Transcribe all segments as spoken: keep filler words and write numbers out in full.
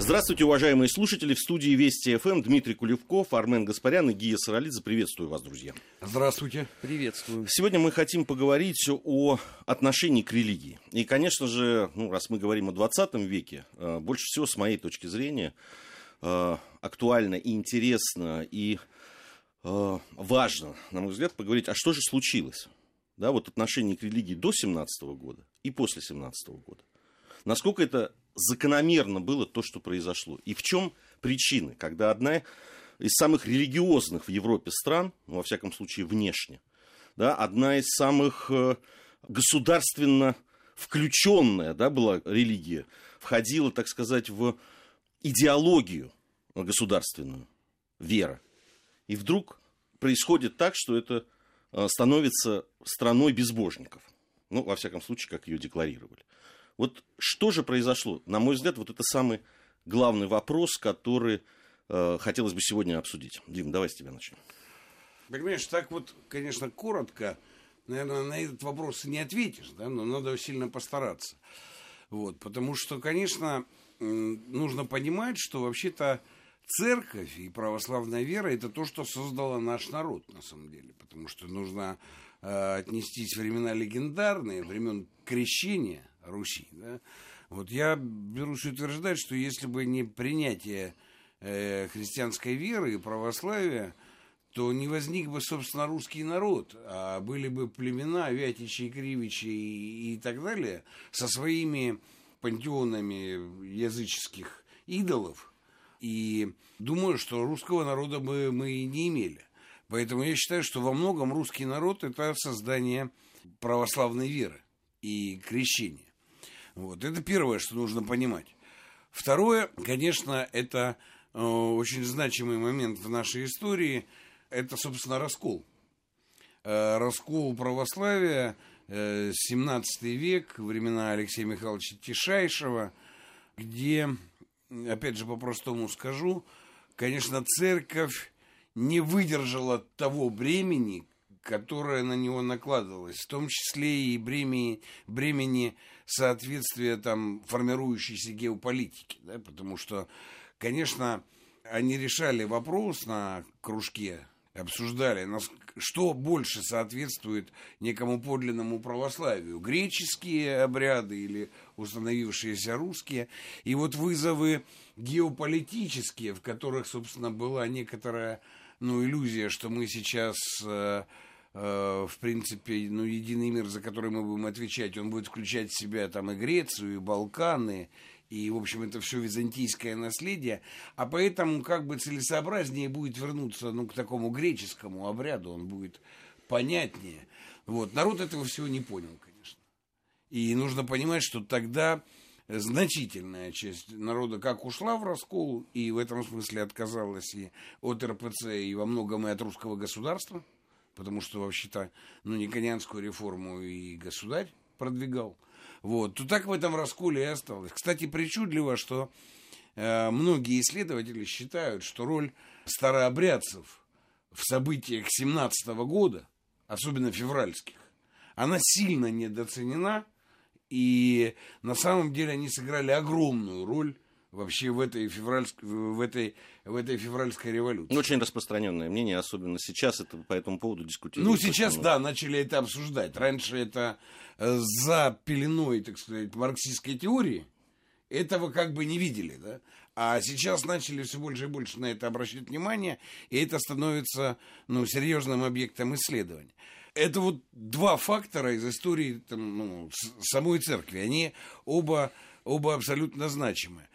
Здравствуйте, уважаемые слушатели. В студии Вести ФМ Дмитрий Кулевков, Армен Гаспарян и Гия Саралидзе. Приветствую вас, друзья. Здравствуйте. Приветствую. Сегодня мы хотим поговорить о отношении к религии. И, конечно же, ну, раз мы говорим о двадцатом веке, больше всего, с моей точки зрения, актуально и интересно, и важно, на мой взгляд, поговорить, а что же случилось? Да, вот отношение к религии до семнадцатого года и после семнадцатого года. Насколько это закономерно было то, что произошло. И в чем причины, когда одна из самых религиозных в Европе стран, ну, во всяком случае внешне, да, одна из самых э, государственно включенная, да, была религия, входила, так сказать, в идеологию государственную, вера. И вдруг происходит так, что это э, становится страной безбожников. Ну, во всяком случае, как ее декларировали. Вот что же произошло? На мой взгляд, вот это самый главный вопрос, который э, хотелось бы сегодня обсудить. Дим, давай с тебя начнем. Понимаешь, так вот, конечно, коротко, наверное, на этот вопрос не ответишь, да, но надо сильно постараться. Вот, потому что, конечно, нужно понимать, что вообще-то церковь и православная вера – это то, что создала наш народ, на самом деле. Потому что нужно э, отнестись в времена легендарные, времен крещения Руси. Да? Вот я берусь утверждать, что если бы не принятие э, христианской веры и православия, то не возник бы, собственно, русский народ, а были бы племена Вятичи, Кривичи и, и так далее со своими пантеонами языческих идолов. И думаю, что русского народа мы, мы и не имели. Поэтому я считаю, что во многом русский народ – это создание православной веры и крещения. Вот. Это первое, что нужно понимать. Второе, конечно, это э, очень значимый момент в нашей истории. Это, собственно, раскол. Э, раскол православия, э, семнадцатый век, времена Алексея Михайловича Тишайшего, где, опять же, по-простому скажу, конечно, церковь не выдержала того бремени, которое на него накладывалось, в том числе и бремени, бремени соответствия там, формирующейся геополитики. Да? Потому что, конечно, они решали вопрос на кружке, обсуждали, что больше соответствует некому подлинному православию. Греческие обряды или установившиеся русские. И вот вызовы геополитические, в которых, собственно, была некоторая ну, иллюзия, что мы сейчас... в принципе, ну, единый мир, за который мы будем отвечать, он будет включать в себя там и Грецию, и Балканы, и, в общем, это все византийское наследие, а поэтому как бы целесообразнее будет вернуться, ну, к такому греческому обряду, он будет понятнее. Вот, народ этого всего не понял, конечно. И нужно понимать, что тогда значительная часть народа как ушла в раскол, и в этом смысле отказалась и от эр пэ цэ, и во многом и от русского государства, потому что, вообще-то, ну, Никонианскую реформу и государь продвигал. Вот. То так в этом расколе и осталось. Кстати, причудливо, что э, многие исследователи считают, что роль старообрядцев в событиях семнадцатого года, особенно февральских, она сильно недооценена, и на самом деле они сыграли огромную роль вообще в этой февральской, в этой, в этой февральской революции. Очень распространенное мнение, особенно сейчас, это по этому поводу дискутируют. Ну, сейчас, да, начали это обсуждать. Раньше это э, за пеленой, так сказать, марксистской теории этого как бы не видели, да? А сейчас начали все больше и больше на это обращать внимание, и это становится, ну, серьезным объектом исследования. Это вот два фактора из истории там, ну, самой церкви. Они оба, оба абсолютно значимы.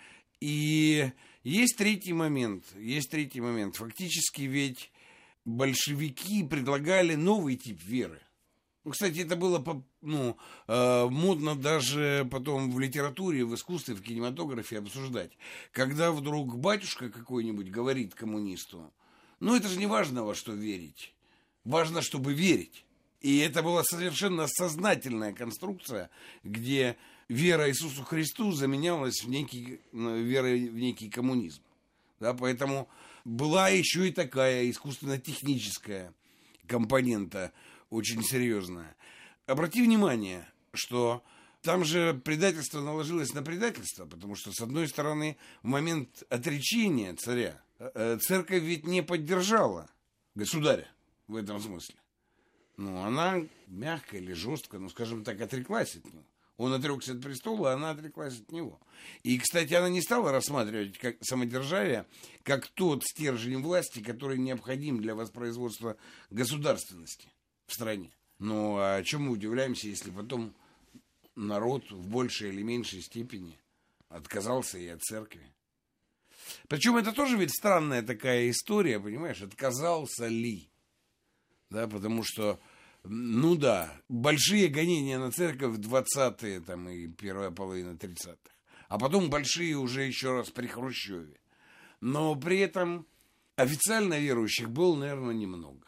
И есть третий момент, есть третий момент. Фактически ведь большевики предлагали новый тип веры. Ну, кстати, это было ну, э, модно даже потом в литературе, в искусстве, в кинематографе обсуждать. Когда вдруг батюшка какой-нибудь говорит коммунисту, ну, это же не важно, во что верить. Важно, чтобы верить. И это была совершенно сознательная конструкция, где вера Иисусу Христу заменялась в некий, верой в некий коммунизм. Да, поэтому была еще и такая искусственно-техническая компонента очень серьезная. Обрати внимание, что там же предательство наложилось на предательство, потому что, с одной стороны, в момент отречения царя церковь ведь не поддержала государя в этом смысле. Ну, она мягко или жестко, ну, скажем так, отреклась от него. Он отрекся от престола, а она отреклась от него. И, кстати, она не стала рассматривать как самодержавие как тот стержень власти, который необходим для воспроизводства государственности в стране. Ну, а о чем мы удивляемся, если потом народ в большей или меньшей степени отказался и от церкви? Причем это тоже ведь странная такая история, понимаешь, отказался ли? Да, потому что, ну да, большие гонения на церковь в двадцатые там, и первая половина тридцатых, а потом большие уже еще раз при Хрущеве. Но при этом официально верующих было, наверное, немного.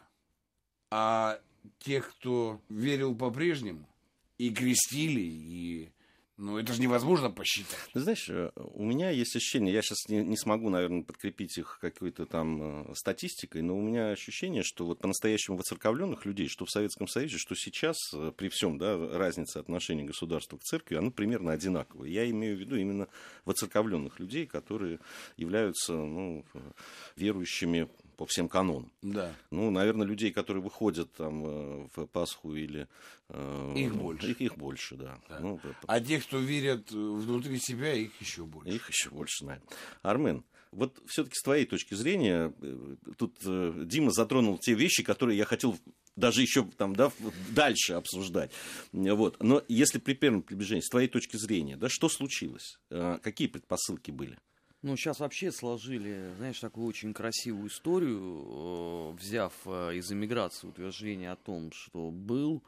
А тех, кто верил по-прежнему, и крестили, и... Ну, это же невозможно посчитать. Знаешь, у меня есть ощущение, я сейчас не, не смогу, наверное, подкрепить их какой-то там статистикой, но у меня ощущение, что вот по-настоящему воцерковленных людей, что в Советском Союзе, что сейчас, при всем, да, разница отношений государства к церкви, она примерно одинаковая. Я имею в виду именно воцерковленных людей, которые являются, ну, верующими по всем канонам. Да. Ну, наверное, людей, которые выходят там в Пасху или... Их больше. Их, их больше, да. да. Ну, а тех, кто верят внутри себя, их еще больше. Их еще больше, наверное. Армен, вот все-таки с твоей точки зрения, тут Дима затронул те вещи, которые я хотел даже еще там, да, дальше обсуждать. Вот. Но если при первом приближении, с твоей точки зрения, да, что случилось? Какие предпосылки были? Ну, сейчас вообще сложили, знаешь, такую очень красивую историю, взяв из эмиграции утверждение о том, что был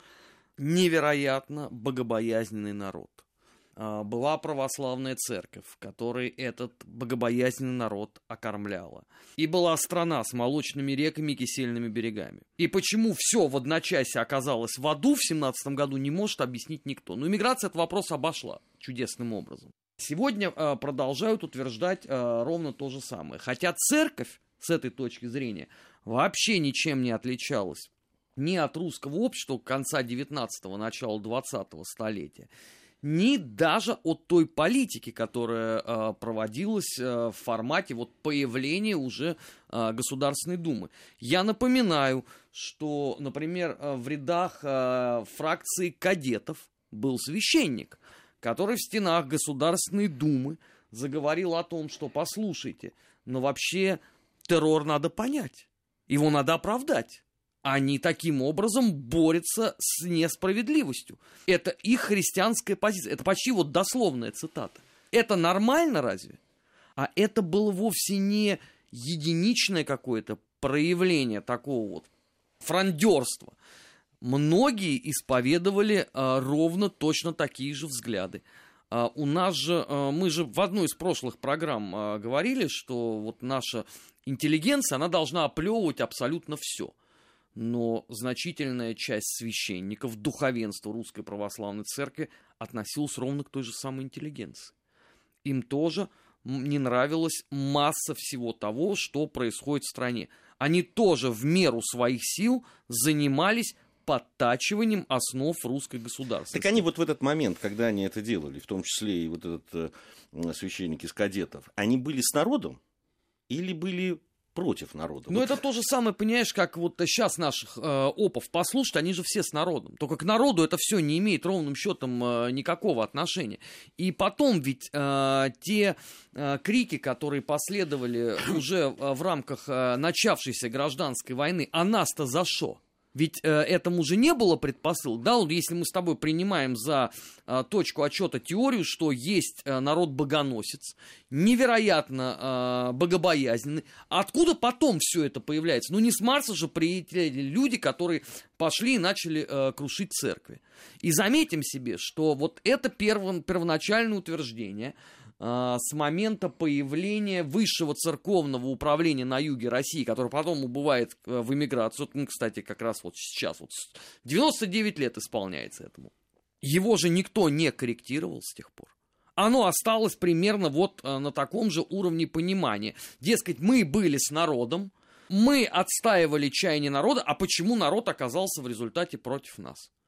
невероятно богобоязненный народ. Была православная церковь, которой этот богобоязненный народ окормляла. И была страна с молочными реками и кисельными берегами. И почему все в одночасье оказалось в аду в семнадцатом году, не может объяснить никто. Но иммиграция этот вопрос обошла чудесным образом. Сегодня э, продолжают утверждать э, ровно то же самое. Хотя церковь, с этой точки зрения, вообще ничем не отличалась ни от русского общества конца девятнадцатого, начала двадцатого столетия, ни даже от той политики, которая э, проводилась э, в формате вот, появления уже э, Государственной Думы. Я напоминаю, что, например, э, в рядах э, фракции кадетов был священник, который в стенах Государственной Думы заговорил о том, что, послушайте, но вообще террор надо понять, его надо оправдать. Они таким образом борются с несправедливостью. Это их христианская позиция, это почти вот дословная цитата. Это нормально разве? А это было вовсе не единичное какое-то проявление такого вот фрондерства. Многие исповедовали а, ровно точно такие же взгляды. А, у нас же, а, мы же в одной из прошлых программ а, говорили, что вот наша интеллигенция, она должна оплевывать абсолютно все. Но значительная часть священников, духовенства Русской Православной Церкви относилась ровно к той же самой интеллигенции. Им тоже не нравилась масса всего того, что происходит в стране. Они тоже в меру своих сил занимались подтачиванием основ русской государственности. Так они вот в этот момент, когда они это делали, в том числе и вот этот э, священник из кадетов, они были с народом или были против народа? Ну, вот. Это то же самое, понимаешь, как вот сейчас наших э, опов послушать, они же все с народом. Только к народу это все не имеет ровным счетом э, никакого отношения. И потом ведь э, те э, крики, которые последовали уже э, в рамках э, начавшейся гражданской войны, а нас-то за шо? Ведь э, этому же не было предпосылок, да, вот если мы с тобой принимаем за э, точку отчета теорию, что есть э, народ-богоносец, невероятно э, богобоязненный, откуда потом все это появляется? Ну не с Марса же прилетели люди, которые пошли и начали э, крушить церкви. И заметим себе, что вот это перво, первоначальное утверждение с момента появления высшего церковного управления на юге России, которое потом убывает в эмиграцию, ну, кстати, как раз вот сейчас, вот девяносто девять лет исполняется этому. Его же никто не корректировал с тех пор. Оно осталось примерно вот на таком же уровне понимания. Дескать, мы были с народом, мы отстаивали чаяния народа, а почему народ оказался в результате против нас?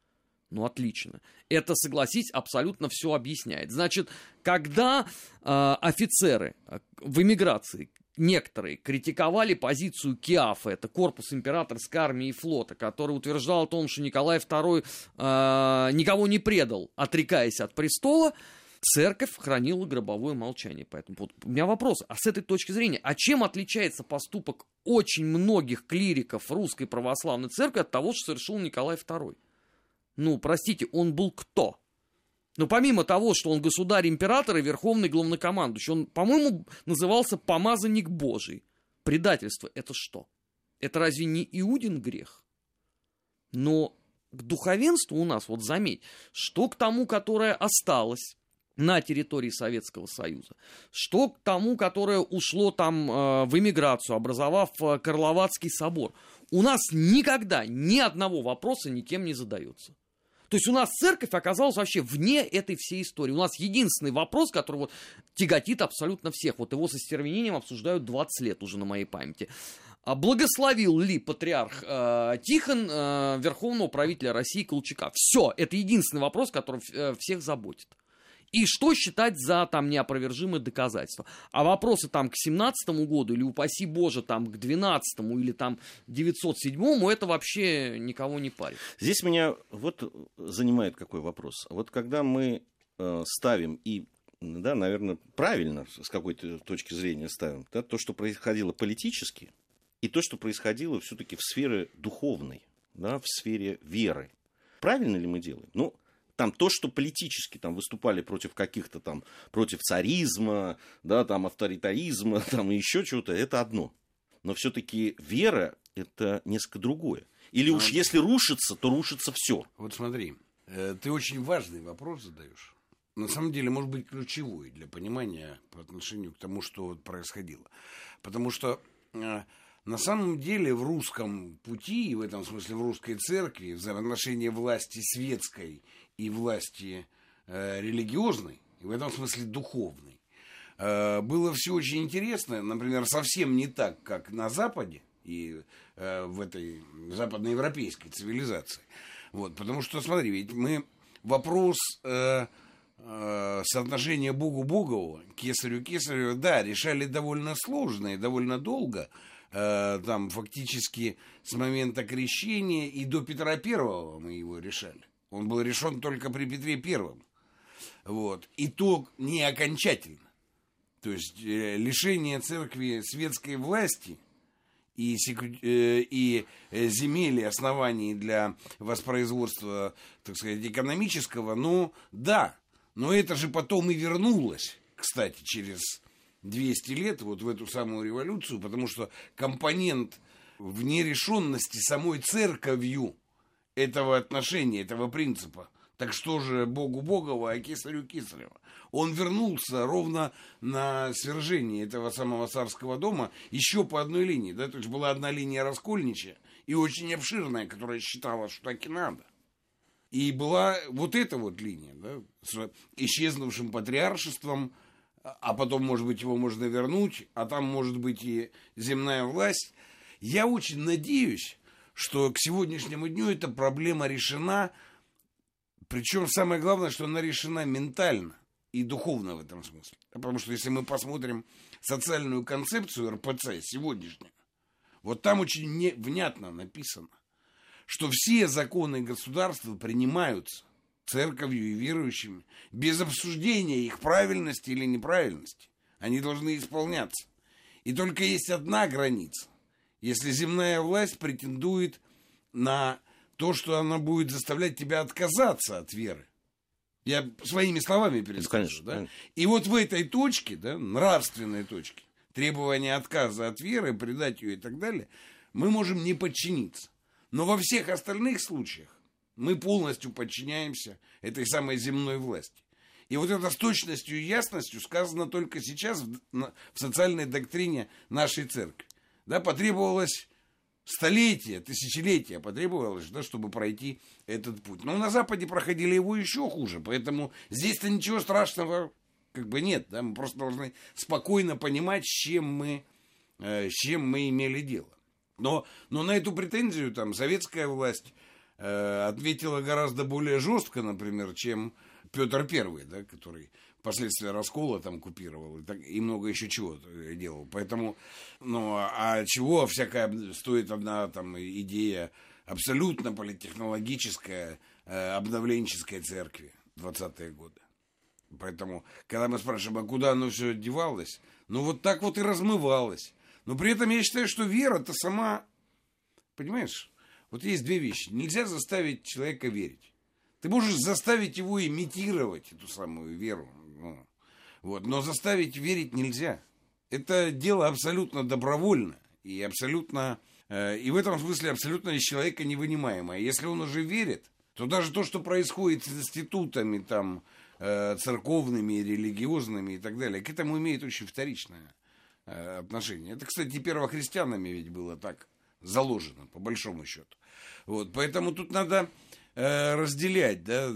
Ну, отлично. Это, согласись, абсолютно все объясняет. Значит, когда э, офицеры в эмиграции, некоторые, критиковали позицию КИАФа, это корпус императорской армии и флота, который утверждал о том, что Николай второй э, никого не предал, отрекаясь от престола, церковь хранила гробовое молчание. Поэтому вот у меня вопрос, а с этой точки зрения, а чем отличается поступок очень многих клириков русской православной церкви от того, что совершил Николай второй? Ну, простите, он был кто? Ну, помимо того, что он государь-император и верховный главнокомандующий, он, по-моему, назывался помазанник Божий. Предательство — это что? Это разве не Иудин грех? Но к духовенству у нас, вот заметь, что к тому, которое осталось на территории Советского Союза, что к тому, которое ушло там э, в эмиграцию, образовав э, Карловацкий собор, у нас никогда ни одного вопроса никем не задается. То есть у нас церковь оказалась вообще вне этой всей истории. У нас единственный вопрос, который вот тяготит абсолютно всех. Вот его со стервенением обсуждают двадцать лет уже на моей памяти. Благословил ли патриарх э, Тихон э, верховного правителя России Колчака? Все, это единственный вопрос, который э, всех заботит. И что считать за там неопровержимые доказательства? А вопросы там к семнадцатому году, или упаси Боже, там к двенадцатому, или там девятьсот седьмому, это вообще никого не парит. Здесь меня вот занимает какой вопрос. Вот когда мы э, ставим и, да, наверное, правильно с какой-то точки зрения ставим, да, то, что происходило политически, и то, что происходило все-таки в сфере духовной, да, в сфере веры. Правильно ли мы делаем? Ну, там то, что политически там выступали против каких-то там, против царизма, да, там авторитаризма, там и еще чего-то, это одно. Но все-таки вера — это несколько другое. Или уж вот, если рушится, то рушится все. Вот смотри, ты очень важный вопрос задаешь. На самом деле, может быть, ключевой для понимания по отношению к тому, что вот происходило. Потому что на самом деле в русском пути, в этом смысле в русской церкви, взаимоотношения власти светской и власти э, религиозной, и в этом смысле духовной, э, было все очень интересно, например, совсем не так, как на Западе и э, в этой западноевропейской цивилизации. Вот, потому что, смотри, ведь мы вопрос э, э, соотношения Богу Богову, кесарю кесарю, да, решали довольно сложно и довольно долго, э, там фактически с момента крещения и до Петра Первого мы его решали. Он был решен только при Петре Первом. Вот. И то не окончательно. То есть э, лишение церкви светской власти и, э, и земель и оснований для воспроизводства, так сказать, экономического, ну да. Но это же потом и вернулось, кстати, через двести лет вот в эту самую революцию, потому что компонент в нерешенности самой церковью этого отношения, этого принципа. Так что же Богу Богова, а кесарю кесарева? Он вернулся ровно на свержение этого самого царского дома еще по одной линии. Да? То есть была одна линия раскольничья и очень обширная, которая считала, что так и надо. И была вот эта вот линия, да, с исчезнувшим патриаршеством, а потом, может быть, его можно вернуть, а там, может быть, и земная власть. Я очень надеюсь, что к сегодняшнему дню эта проблема решена, причем самое главное, что она решена ментально и духовно в этом смысле. Потому что если мы посмотрим социальную концепцию эр пэ цэ сегодняшнюю, вот там очень внятно написано, что все законы государства принимаются церковью и верующими без обсуждения их правильности или неправильности. Они должны исполняться. И только есть одна граница. Если земная власть претендует на то, что она будет заставлять тебя отказаться от веры. Я своими словами перескажу. Да? И вот в этой точке, да, нравственной точке, требования отказа от веры, предать ее и так далее, мы можем не подчиниться. Но во всех остальных случаях мы полностью подчиняемся этой самой земной власти. И вот это с точностью и ясностью сказано только сейчас в, в социальной доктрине нашей церкви. Да, потребовалось столетия, тысячелетия потребовалось, да, чтобы пройти этот путь. Но на Западе проходили его еще хуже, поэтому здесь-то ничего страшного как бы нет. Да? Мы просто должны спокойно понимать, с чем мы, э, с чем мы имели дело. Но, но на эту претензию там, советская власть э, ответила гораздо более жестко, например, чем Петр Первый, да, который впоследствии раскола там купировал и, так, и много еще чего делал. Поэтому, ну, а чего всякая стоит одна там идея абсолютно политтехнологическая, э, обновленческая церкви в двадцатые годы. Поэтому, когда мы спрашиваем, а куда оно все девалось, ну вот так вот и размывалось. Но при этом я считаю, что вера-то сама, понимаешь, вот есть две вещи. Нельзя заставить человека верить. Ты можешь заставить его имитировать эту самую веру. Ну, вот, но заставить верить нельзя. Это дело абсолютно добровольно и абсолютно, э, и в этом смысле абсолютно из человека невынимаемое. Если он уже верит, то даже то, что происходит с институтами там, церковными, религиозными и так далее, к этому имеет очень вторичное э, отношение. Это, кстати, первохристианами ведь было так заложено, по большому счету. Вот, поэтому тут надо э, разделять, да,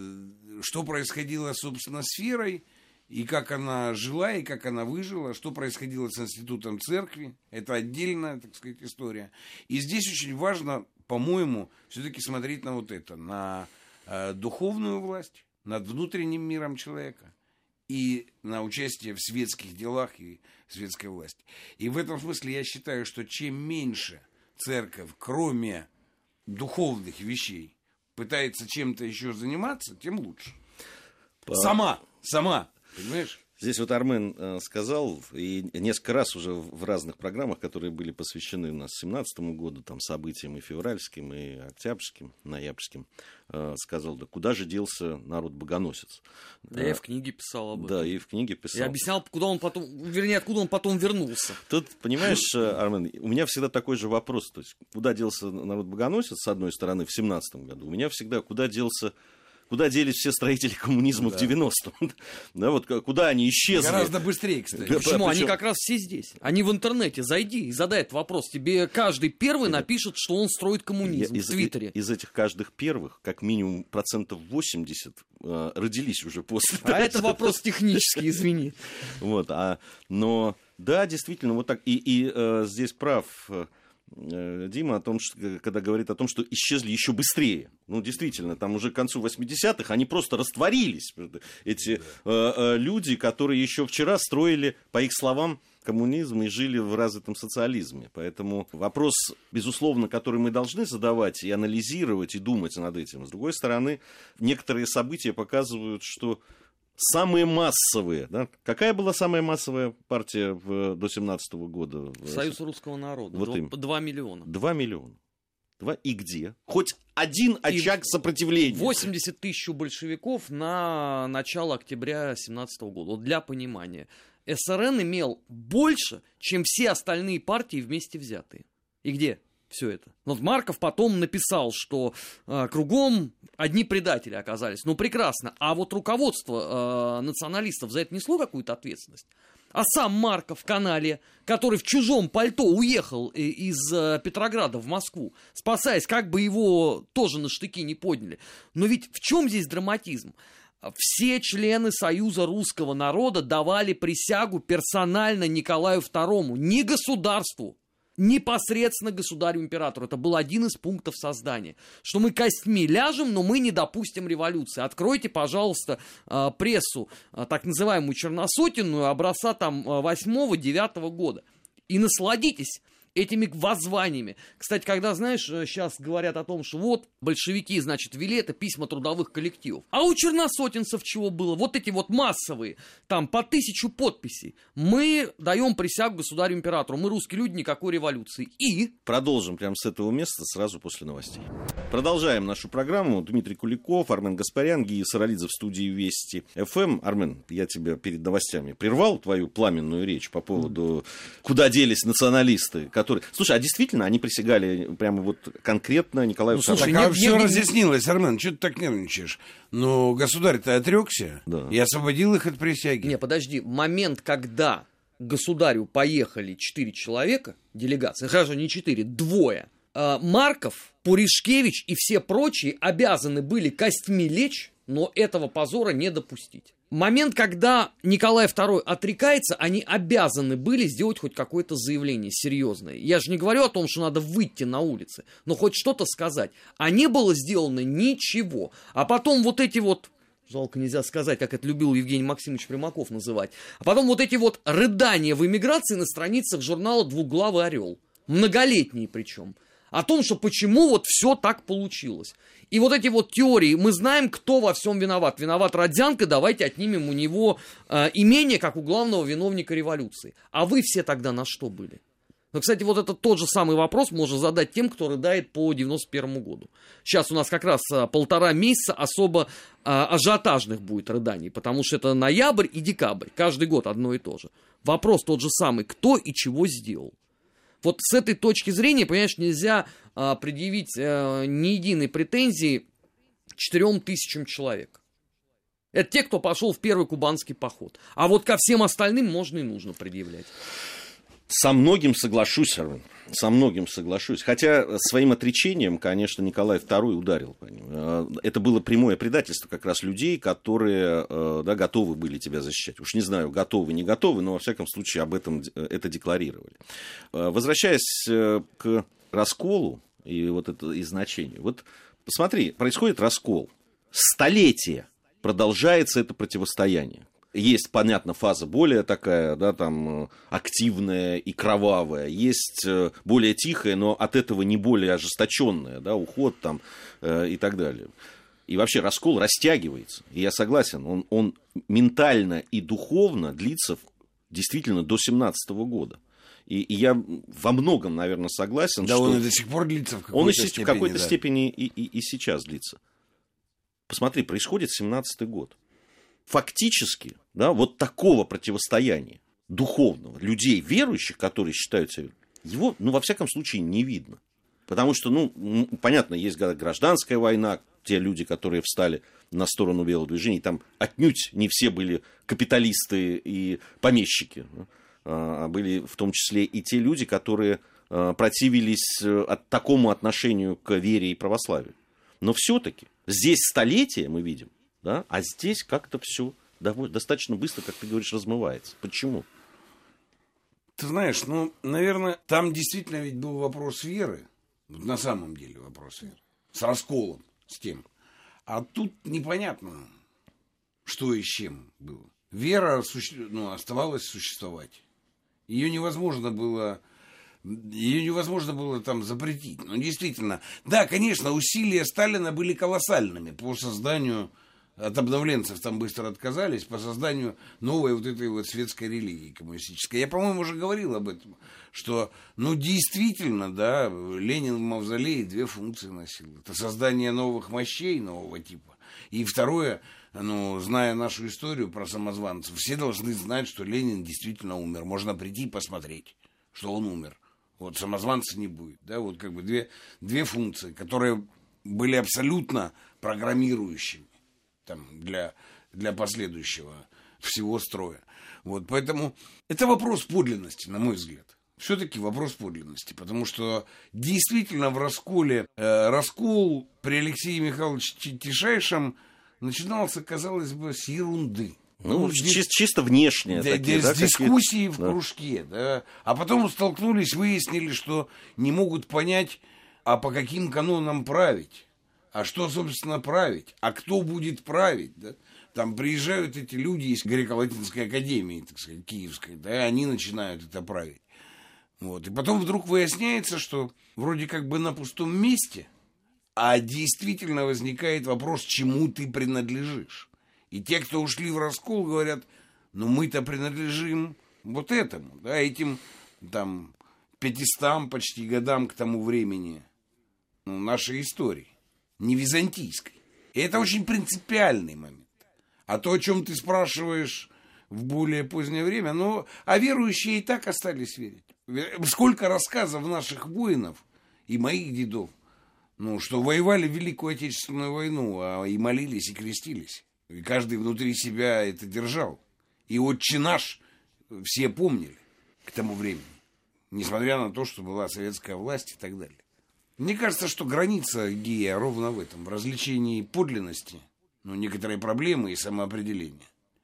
что происходило, собственно, с верой, и как она жила, и как она выжила, что происходило с институтом церкви. Это отдельная, так сказать, история. И здесь очень важно, по-моему, все-таки смотреть на вот это, на э, духовную власть, над внутренним миром человека и на участие в светских делах и светской власти. И в этом смысле я считаю, что чем меньше церковь, кроме духовных вещей, пытается чем-то еще заниматься, тем лучше. По... Сама, сама, понимаешь? Здесь вот Армен э, сказал, и несколько раз уже в разных программах, которые были посвящены у нас семнадцатому году, там, событиям и февральским, и октябрьским, ноябрьским, э, сказал, да куда же делся народ-богоносец? Да, а, я в книге писал об этом. Да, и в книге писал. Я объяснял, куда он потом, вернее, откуда он потом вернулся. Тут, понимаешь, Армен, у меня всегда такой же вопрос, то есть, куда делся народ-богоносец, с одной стороны, в семнадцатом году, у меня всегда, куда делся... Куда делись все строители коммунизма да. в девяностом? Да, вот куда они исчезли? Гораздо быстрее, кстати. Да, почему? Причем... Они как раз все здесь. Они в интернете. Зайди и задай этот вопрос. Тебе каждый первый напишет, что он строит коммунизм из, в Твиттере. Из, из этих каждых первых, как минимум процентов восемьдесят э, родились уже после. А это вопрос технический, извини. Вот, а, но да, действительно, вот так. И, и э, здесь прав Дима о том, что, когда говорит о том, что исчезли еще быстрее. Ну, действительно, там уже к концу восьмидесятых они просто растворились. Эти э, э, люди, которые еще вчера строили, по их словам, коммунизм и жили в развитом социализме. Поэтому вопрос, безусловно, который мы должны задавать и анализировать, и думать над этим. С другой стороны, некоторые события показывают, что самые массовые, да? Какая была самая массовая партия в, до семнадцатого года? Союз русского народа. Вот Два, два миллиона. Два миллиона. Два. И где? Хоть один очаг и сопротивления. восемьдесят тысяч у большевиков на начало октября семнадцатого года. Вот для понимания. СРН имел больше, чем все остальные партии вместе взятые. И где все это? Вот Марков потом написал, что э, кругом одни предатели оказались. Ну, прекрасно. А вот руководство э, националистов за это несло какую-то ответственность? А сам Марков в канале, который в чужом пальто уехал из э, Петрограда в Москву, спасаясь, как бы его тоже на штыки не подняли. Но ведь в чем здесь драматизм? Все члены Союза русского народа давали присягу персонально Николаю второму, не государству. Непосредственно государю-императору. Это был один из пунктов создания. Что мы костьми ляжем, но мы не допустим революции. Откройте, пожалуйста, прессу, так называемую черносотенную, образца там восьмого-девятого года. И насладитесь этими воззваниями. Кстати, когда, знаешь, сейчас говорят о том, что вот большевики, значит, ввели это письма трудовых коллективов. А у черносотенцев чего было? Вот эти вот массовые, там по тысячу подписей. Мы даем присягу государю-императору. Мы, русские люди, никакой революции. И... Продолжим прямо с этого места сразу после новостей. Продолжаем нашу программу. Дмитрий Куликов, Армен Гаспарян, Гия Саралидзе в студии Вести эф эм. Армен, я тебя перед новостями прервал твою пламенную речь по поводу, куда делись националисты, которые... Слушай, а действительно они присягали прямо вот конкретно Николаю второму? Ну, слушай, так, а все разъяснилось, Армен, что ты так нервничаешь? Ну, государь-то отрекся да. и освободил их от присяги. Не, подожди, момент, когда к государю поехали четыре человека, делегация, хорошо, не четыре, двое, Марков, Пуришкевич и все прочие обязаны были костьми лечь, но этого позора не допустить. момент, когда Николай второй отрекается, они обязаны были сделать хоть какое-то заявление серьезное. Я же не говорю о том, что надо выйти на улицы, но хоть что-то сказать. А не было сделано ничего. А потом вот эти вот, жалко нельзя сказать, как это любил Евгений Максимович Примаков называть, а потом вот эти вот рыдания в эмиграции на страницах журнала «Двуглавый орел». Многолетние причем. О том, что почему вот все так получилось. И вот эти вот теории, мы знаем, кто во всем виноват. Виноват Родзянко, давайте отнимем у него э, имение, как у главного виновника революции. А вы все тогда на что были? Ну, кстати, вот это тот же самый вопрос можно задать тем, кто рыдает по девяносто первому году. Сейчас у нас как раз а, полтора месяца особо а, ажиотажных будет рыданий, потому что это ноябрь и декабрь. Каждый год одно и то же. Вопрос тот же самый, кто и чего сделал. Вот с этой точки зрения, понимаешь, нельзя а, предъявить а, ни единой претензии четырем тысячам человек. Это те, кто пошел в первый кубанский поход. А вот ко всем остальным можно и нужно предъявлять. Со многим соглашусь, Армен. Со многим соглашусь. Хотя своим отречением, конечно, Николай второй ударил по ним. Это было прямое предательство как раз людей, которые, да, готовы были тебя защищать. Уж не знаю, готовы, не готовы, но во всяком случае об этом это декларировали. Возвращаясь к расколу и вот это и значению. Вот посмотри, происходит раскол. Столетия продолжается это противостояние. Есть, понятно, фаза более такая, да, там, активная и кровавая. Есть более тихая, но от этого не более ожесточенная, да, уход там э, и так далее. И вообще раскол растягивается. И я согласен, он, он ментально и духовно длится действительно до семнадцатого года. И, и я во многом, наверное, согласен, да, что... он и до сих пор длится в какой-то он и степени. в какой-то да. степени и, и, и сейчас длится. Посмотри, происходит семнадцатый год. Фактически, да, вот такого противостояния духовного, людей верующих, которые считаются, его, ну, во всяком случае, не видно. Потому что, ну, понятно, есть гражданская война, те люди, которые встали на сторону белого движения, там отнюдь не все были капиталисты и помещики, а были в том числе и те люди, которые противились от такому отношению к вере и православию. Но все-таки здесь столетия мы видим, да, а здесь как-то все достаточно быстро, как ты говоришь, размывается. Почему? Ты знаешь, ну, наверное, там действительно ведь был вопрос веры. На самом деле вопрос веры. С расколом, с тем. А тут непонятно, что и с чем было. Вера суще... ну, оставалась существовать. Ее невозможно было... Ее невозможно было там запретить. Но действительно, да, конечно, усилия Сталина были колоссальными по созданию... От обновленцев там быстро отказались по созданию новой вот этой вот светской религии коммунистической. Я, по-моему, уже говорил об этом, что, ну, действительно, да, Ленин в мавзолее две функции носил. Это создание новых мощей нового типа. И второе, ну, зная нашу историю про самозванцев, все должны знать, что Ленин действительно умер. Можно прийти и посмотреть, что он умер. Вот самозванца не будет. Да, вот как бы две, две функции, которые были абсолютно программирующими. Там, для, для последующего всего строя. Вот, поэтому это вопрос подлинности, на мой взгляд. Все-таки вопрос подлинности, потому что действительно в расколе, э, раскол при Алексее Михайловиче Тишайшем начинался, казалось бы, с ерунды. Ну, ну чи- чисто внешне. Да, такие, да, да, с дискуссией в да. кружке. Да. А потом столкнулись, выяснили, что не могут понять, а по каким канонам править. А что, собственно, править? А кто будет править? Да? Там приезжают эти люди из греко-латинской академии, так сказать, киевской, да, и они начинают это править. Вот. И потом вдруг выясняется, что вроде как бы на пустом месте, а действительно возникает вопрос, чему ты принадлежишь. И те, кто ушли в раскол, говорят, ну мы-то принадлежим вот этому, да, этим там пятистам почти годам к тому времени, ну, нашей истории. Не византийской. И это очень принципиальный момент. А то, о чем ты спрашиваешь в более позднее время, ну, а верующие и так остались верить. Сколько рассказов наших воинов и моих дедов, ну, что воевали в Великую Отечественную войну, а и молились, и крестились. И каждый внутри себя это держал. И «Отче наш» все помнили к тому времени. Несмотря на то, что была советская власть и так далее. Мне кажется, что граница гея ровно в этом, в развлечении подлинности, ну, некоторые проблемы и самоопределения.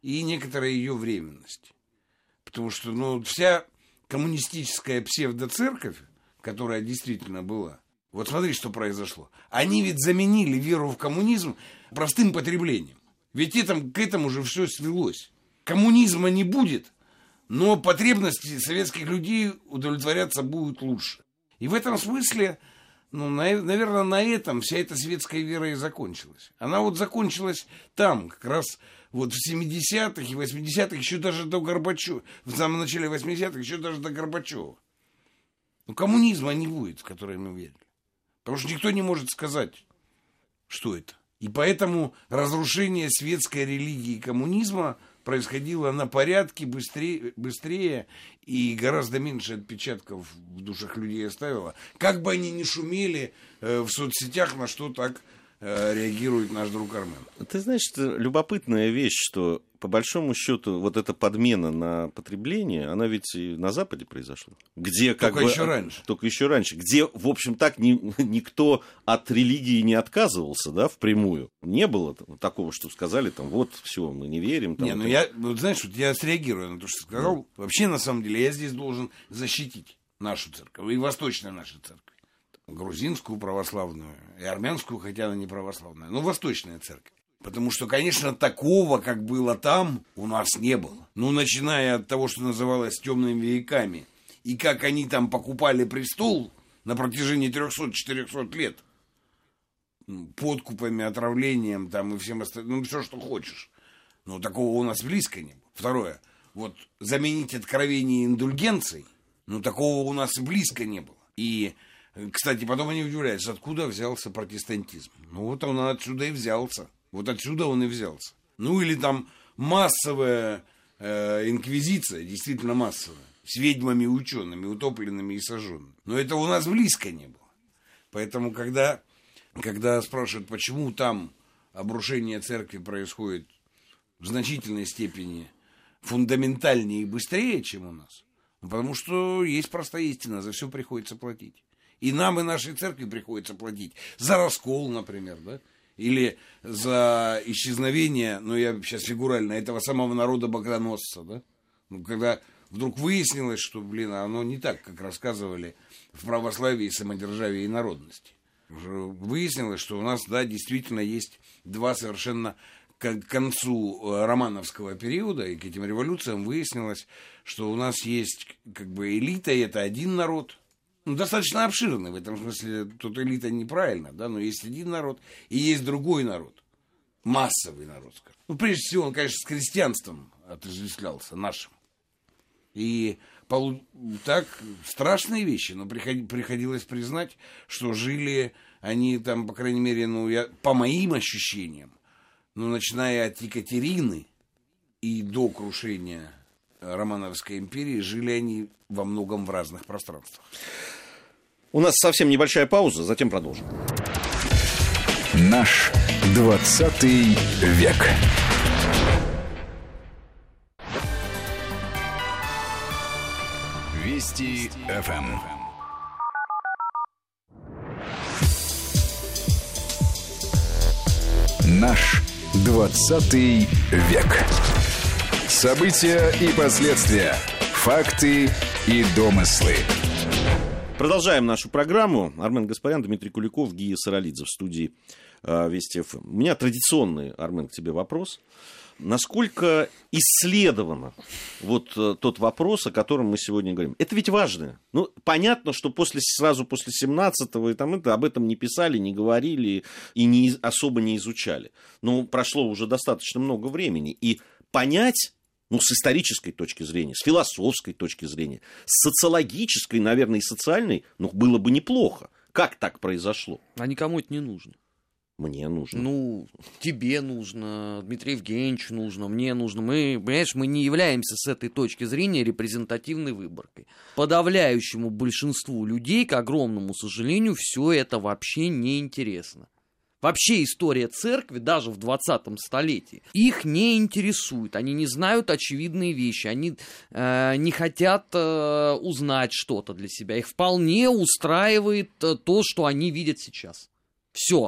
и некоторая ее временность. Потому что, ну, вся коммунистическая псевдоцерковь, которая действительно была, вот смотри, что произошло. Они ведь заменили веру в коммунизм простым потреблением. Ведь это, к этому же все свелось. Коммунизма не будет, но потребности советских людей удовлетворяться будут лучше. И в этом смысле, ну, на, наверное, на этом вся эта светская вера и закончилась. Она вот закончилась там, как раз вот в семидесятых и восьмидесятых, еще даже до Горбачева, в самом начале восьмидесятых, еще даже до Горбачева. Ну, коммунизма не будет, в который мы верили. Потому что никто не может сказать, что это. И поэтому разрушение светской религии и коммунизма происходило на порядке быстрее, быстрее и гораздо меньше отпечатков в душах людей оставило. Как бы они ни шумели э, в соцсетях, на что так э, реагирует наш друг Армен. Ты знаешь, это любопытная вещь, что по большому счету вот эта подмена на потребление, она ведь и на Западе произошла. Где как только бы, еще раньше. Только еще раньше. Где, в общем, так ни, никто от религии не отказывался, да, впрямую. Не было такого, что сказали, там, вот, все, мы не верим. Там, не, ну там. я, вот знаешь, вот я среагирую на то, что ты сказал. Да. Вообще, на самом деле, я здесь должен защитить нашу церковь, и восточную нашу церковь. Грузинскую православную, и армянскую, хотя она не православная, но восточная церковь. Потому что, конечно, такого, как было там, у нас не было. Ну, начиная от того, что называлось темными веками, и как они там покупали престол на протяжении трехсот-четырехсот лет, подкупами, отравлением там и всем остальным, ну, все, что хочешь. Но такого у нас близко не было. Второе, вот заменить откровение индульгенцией, ну, такого у нас и близко не было. И, кстати, потом они удивляются, откуда взялся протестантизм. Ну, вот он отсюда и взялся. Вот отсюда он и взялся. Ну, или там массовая э, инквизиция, действительно массовая, с ведьмами и учеными, утопленными и сожженными. Но это у нас близко не было. Поэтому, когда, когда спрашивают, почему там обрушение церкви происходит в значительной степени фундаментальнее и быстрее, чем у нас, ну, потому что есть простая истина, за все приходится платить. И нам, и нашей церкви приходится платить. За раскол, например, да? Или за исчезновение, ну, я сейчас фигурально, этого самого народа богоносца, да? Ну, когда вдруг выяснилось, что, блин, оно не так, как рассказывали в православии, самодержавии и народности. Уже выяснилось, что у нас, да, действительно есть два совершенно к концу романовского периода, и к этим революциям выяснилось, что у нас есть как бы элита, и это один народ. Ну, достаточно обширный, в этом смысле тут элита неправильно, да, но есть один народ и есть другой народ, массовый народ, скажем. Ну, прежде всего, он, конечно, с крестьянством отождествлялся, нашим. И так страшные вещи, но приходилось признать, что жили они там, по крайней мере, ну, я, по моим ощущениям, ну, начиная от Екатерины и до крушения Романовской империи, жили они во многом в разных пространствах. У нас совсем небольшая пауза, затем продолжим. Наш двадцатый век. Вести эф эм. Наш двадцатый век. События и последствия. Факты и домыслы. Продолжаем нашу программу. Армен Гаспарян, Дмитрий Куликов, Гия Саралидзе в студии э, Вести эф эм. У меня традиционный, Армен, к тебе вопрос. Насколько исследовано вот э, тот вопрос, о котором мы сегодня говорим? Это ведь важно. Ну, понятно, что после, сразу после семнадцатого и там это, об этом не писали, не говорили и не, особо не изучали. Но прошло уже достаточно много времени. И понять, ну, с исторической точки зрения, с философской точки зрения, с социологической, наверное, и социальной, ну, было бы неплохо. Как так произошло? А никому это не нужно. Мне нужно. Ну, тебе нужно, Дмитрию Евгеньевичу нужно, мне нужно. Мы, понимаешь, мы не являемся с этой точки зрения репрезентативной выборкой. Подавляющему большинству людей, к огромному сожалению, все это вообще не интересно. Вообще история церкви, даже в двадцатом столетии, их не интересует. Они не знают очевидные вещи, они э, не хотят э, узнать что-то для себя. Их вполне устраивает э, то, что они видят сейчас. Все.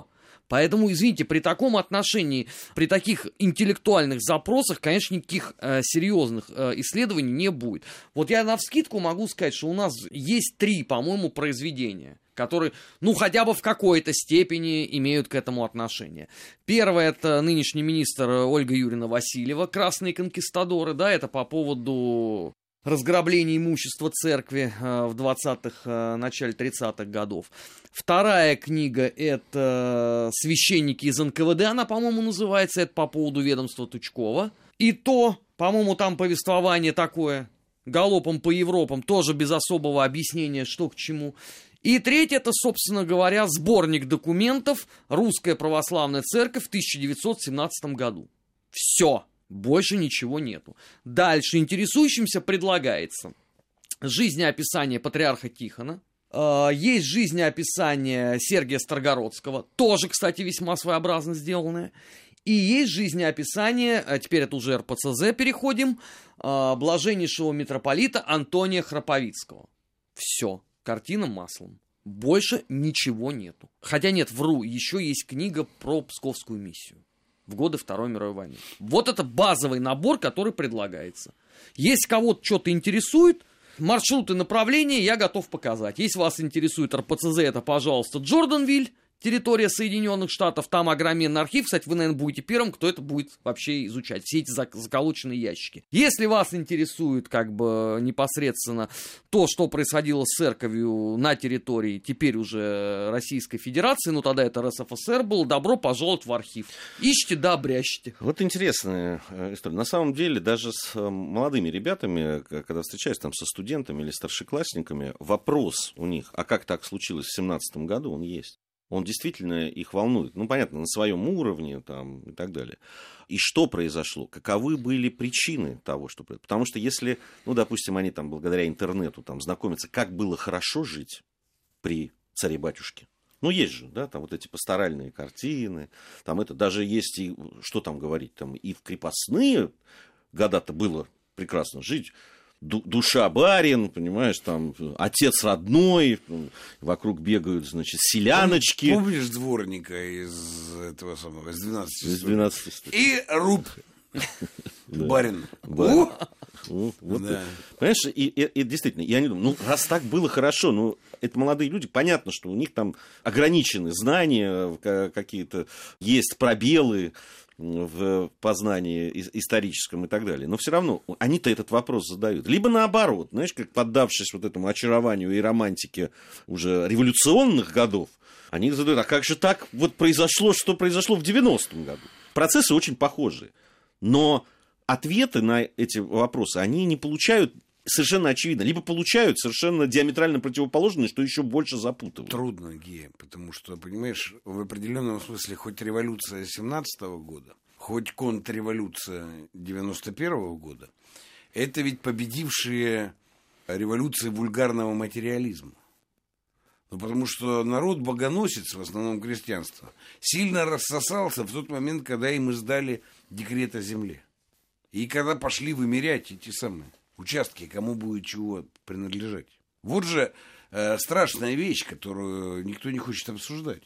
Поэтому, извините, при таком отношении, при таких интеллектуальных запросах, конечно, никаких э, серьезных э, исследований не будет. Вот я навскидку могу сказать, что у нас есть три, по-моему, произведения, которые, ну, хотя бы в какой-то степени имеют к этому отношение. Первое — это нынешний министр Ольга Юрьевна Васильева, «Красные конкистадоры», да, это по поводу разграбления имущества церкви э, в двадцатых, э, начале тридцатых годов. Вторая книга — это «Священники из эн ка вэ дэ», она, по-моему, называется, это по поводу ведомства Тучкова. И то, по-моему, там повествование такое, галопом по Европам, тоже без особого объяснения, что к чему. И третье — это, собственно говоря, сборник документов «Русская православная церковь» в тысяча девятьсот семнадцатом году. Все. Больше ничего нету. Дальше интересующимся предлагается жизнеописание патриарха Тихона. Э, есть жизнеописание Сергия Старгородского, тоже, кстати, весьма своеобразно сделанное. И есть жизнеописание, а теперь это уже эр пэ цэ зэ переходим, э, блаженнейшего митрополита Антония Храповицкого. Все, картина маслом. Больше ничего нету. Хотя нет, вру, еще есть книга про Псковскую миссию в годы Второй мировой войны. Вот это базовый набор, который предлагается. Если кого-то что-то интересует, маршруты, направления я готов показать. Если вас интересует эр пэ цэ зэ, это, пожалуйста, Джорданвиль, территория Соединенных Штатов, там огроменный архив. Кстати, вы, наверное, будете первым, кто это будет вообще изучать, все эти заколоченные ящики. Если вас интересует как бы непосредственно то, что происходило с церковью на территории теперь уже Российской Федерации, ну тогда это эр эс эф эс эр был, добро пожаловать в архив. Ищите, да, брящите. Вот интересная история. На самом деле, даже с молодыми ребятами, когда встречаюсь там со студентами или старшеклассниками, вопрос у них, а как так случилось в семнадцатом году, он есть. Он действительно их волнует. Ну, понятно, на своем уровне там, и так далее. И что произошло? Каковы были причины того, что произошло? Потому что если, ну, допустим, они там благодаря интернету там знакомятся, как было хорошо жить при царе-батюшке. Ну, есть же, да, там вот эти пасторальные картины, там это даже есть и, что там говорить, там и в крепостные года-то было прекрасно жить. Душа барин, понимаешь, там отец родной, вокруг бегают, значит, селяночки. Помнишь дворника из этого самого, из двенадцати Из двенадцати стульев. И руб барин. Понимаешь, и действительно, я не думаю, ну, раз так было хорошо, ну, это молодые люди, понятно, что у них там ограничены знания, какие-то есть пробелы в познании историческом и так далее. Но все равно они-то этот вопрос задают. Либо наоборот, знаешь, как поддавшись вот этому очарованию и романтике уже революционных годов, они задают, а как же так вот произошло, что произошло в девяностом году? Процессы очень похожи. Но ответы на эти вопросы они не получают совершенно очевидно. Либо получают совершенно диаметрально противоположные, что еще больше запутывают. Трудно, Гея, потому что, понимаешь, в определенном смысле хоть революция семнадцатого года, хоть контрреволюция девяносто первого года, это ведь победившие революции вульгарного материализма. Ну, потому что народ богоносец, в основном крестьянство, сильно рассосался в тот момент, когда им издали декрет о земле. И когда пошли вымерять эти самые участки, кому будет чего принадлежать. Вот же э, страшная вещь, которую никто не хочет обсуждать.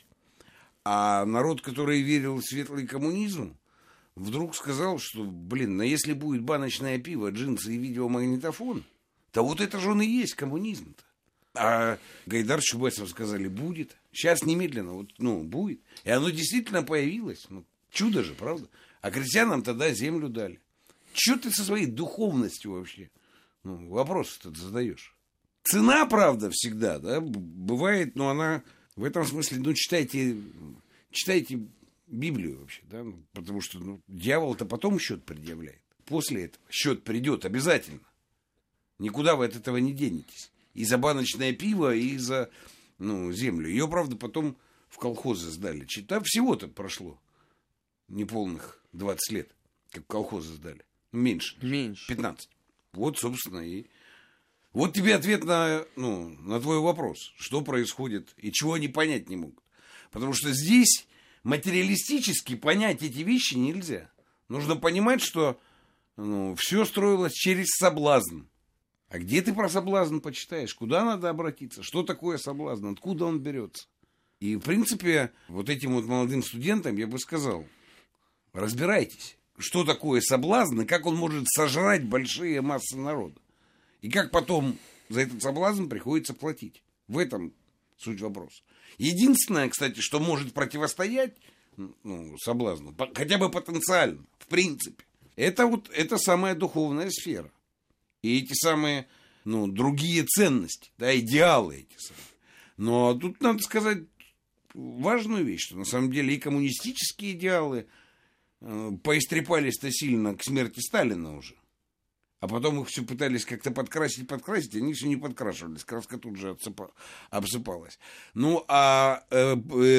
А народ, который верил в светлый коммунизм, вдруг сказал, что, блин, ну если будет баночное пиво, джинсы и видеомагнитофон, то вот это же он и есть коммунизм-то. А Гайдар с Чубайсом сказали, будет. Сейчас немедленно, вот, ну, будет. И оно действительно появилось. Ну, чудо же, правда? А крестьянам тогда землю дали. Чего ты со своей духовностью вообще? Ну, вопрос-то задаешь. Цена, правда, всегда, да, бывает, но она в этом смысле, ну, читайте, читайте Библию вообще, да, ну, потому что ну, дьявол-то потом счет предъявляет. После этого счет придет обязательно. Никуда вы от этого не денетесь. И за баночное пиво, и за ну, землю. Ее, правда, потом в колхозы сдали. Там всего-то прошло неполных двадцать лет, как колхозы сдали. Меньше. Меньше. пятнадцать. Вот, собственно, и... Вот тебе ответ на, ну, на твой вопрос. Что происходит и чего они понять не могут. Потому что здесь материалистически понять эти вещи нельзя. Нужно понимать, что ну, все строилось через соблазн. А где ты про соблазн почитаешь? Куда надо обратиться? Что такое соблазн? Откуда он берется? И, в принципе, вот этим вот молодым студентам я бы сказал, разбирайтесь, что такое соблазн и как он может сожрать большие массы народа. И как потом за этот соблазн приходится платить. В этом суть вопроса. Единственное, кстати, что может противостоять ну, соблазну, хотя бы потенциально, в принципе, это вот эта самая духовная сфера. И эти самые, ну, другие ценности, да, идеалы эти самые. Но тут надо сказать важную вещь, что на самом деле и коммунистические идеалы э, поистрепались-то сильно к смерти Сталина уже. А потом их все пытались как-то подкрасить, подкрасить, они все не подкрашивались. Краска тут же отсыпа, обсыпалась. Ну, а э,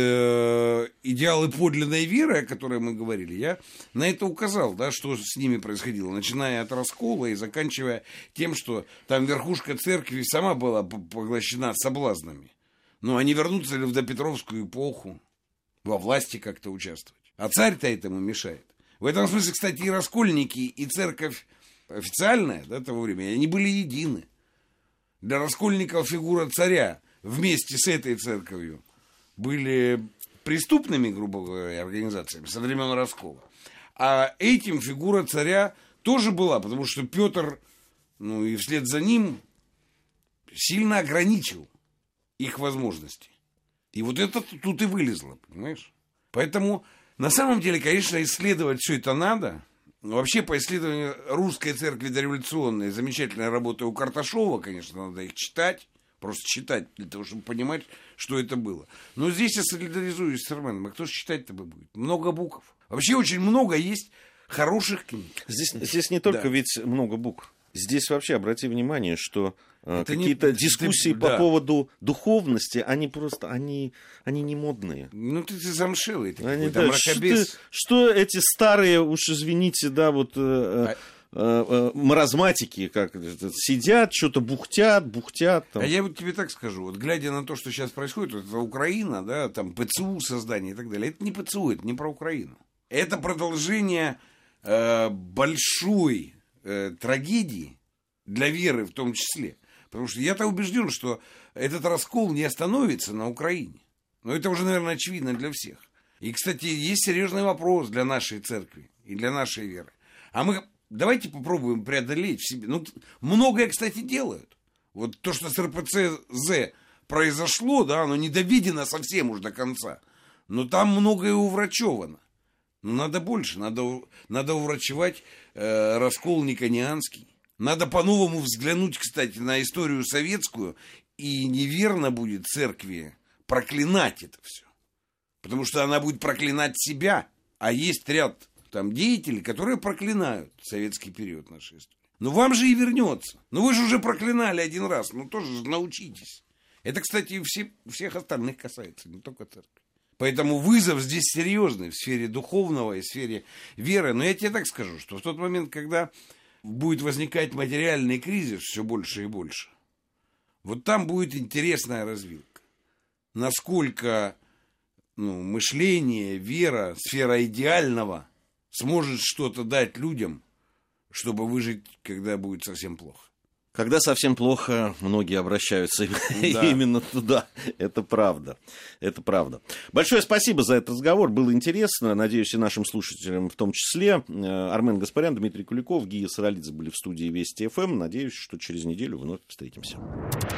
э, идеалы подлинной веры, о которой мы говорили, я на это указал, да, что с ними происходило. Начиная от раскола и заканчивая тем, что там верхушка церкви сама была поглощена соблазнами. Ну, они вернутся ли в допетровскую эпоху, во власти как-то участвовать. А царь-то этому мешает. В этом смысле, кстати, и раскольники, и церковь официальная, да, того времени, они были едины. Для раскольников фигура царя вместе с этой церковью были преступными, грубо говоря, организациями со времен раскола. А этим фигура царя тоже была, потому что Петр, ну и вслед за ним, сильно ограничил их возможности. И вот это тут и вылезло, понимаешь? Поэтому, на самом деле, конечно, исследовать все это надо. Но вообще, по исследованию русской церкви дореволюционной, замечательная работа у Карташова, конечно, надо их читать, просто читать, для того, чтобы понимать, что это было. Но здесь я солидаризуюсь с Арменом. А кто же читать-то будет? Много букв. Вообще очень много есть хороших книг. Здесь, здесь не только да. ведь много букв. Здесь вообще обрати внимание, что э, какие-то не, дискуссии ты, по да. поводу духовности, они просто, они, они не модные. Ну, ты, ты замшелый, ты они, да, что, что эти старые, уж извините, да, вот э, а... э, э, маразматики, как сидят, что-то бухтят, бухтят. Там. А я вот тебе так скажу, вот глядя на то, что сейчас происходит, вот, это Украина, да, там ПЦУ создание и так далее, это не ПЦУ, это не про Украину. Это продолжение э, большой трагедии для веры в том числе. Потому что я-то убежден, что этот раскол не остановится на Украине. Но это уже, наверное, очевидно для всех. И, кстати, есть серьезный вопрос для нашей церкви и для нашей веры. А мы давайте попробуем преодолеть в себе. Ну, многое, кстати, делают. Вот то, что с эр пэ цэ зэ произошло, да, оно не доведено совсем уж до конца. Но там многое уврачевано. Ну, надо больше, надо, надо уврачевать э, раскол никонианский. Надо по-новому взглянуть, кстати, на историю советскую, и неверно будет церкви проклинать это все. Потому что она будет проклинать себя, а есть ряд там деятелей, которые проклинают советский период нашей истории. Ну, вам же и вернется. Ну, вы же уже проклинали один раз, ну, тоже научитесь. Это, кстати, и все, всех остальных касается, не только церкви. Поэтому вызов здесь серьезный в сфере духовного и в сфере веры. Но я тебе так скажу, что в тот момент, когда будет возникать материальный кризис все больше и больше, вот там будет интересная развилка. Насколько ну, мышление, вера, сфера идеального сможет что-то дать людям, чтобы выжить, когда будет совсем плохо. Когда совсем плохо, многие обращаются да. именно туда. Это правда. Это правда. Большое спасибо за этот разговор. Было интересно. Надеюсь, и нашим слушателям в том числе. Армен Гаспарян, Дмитрий Куликов, Гия Саралидзе были в студии Вести эф эм. Надеюсь, что через неделю вновь встретимся.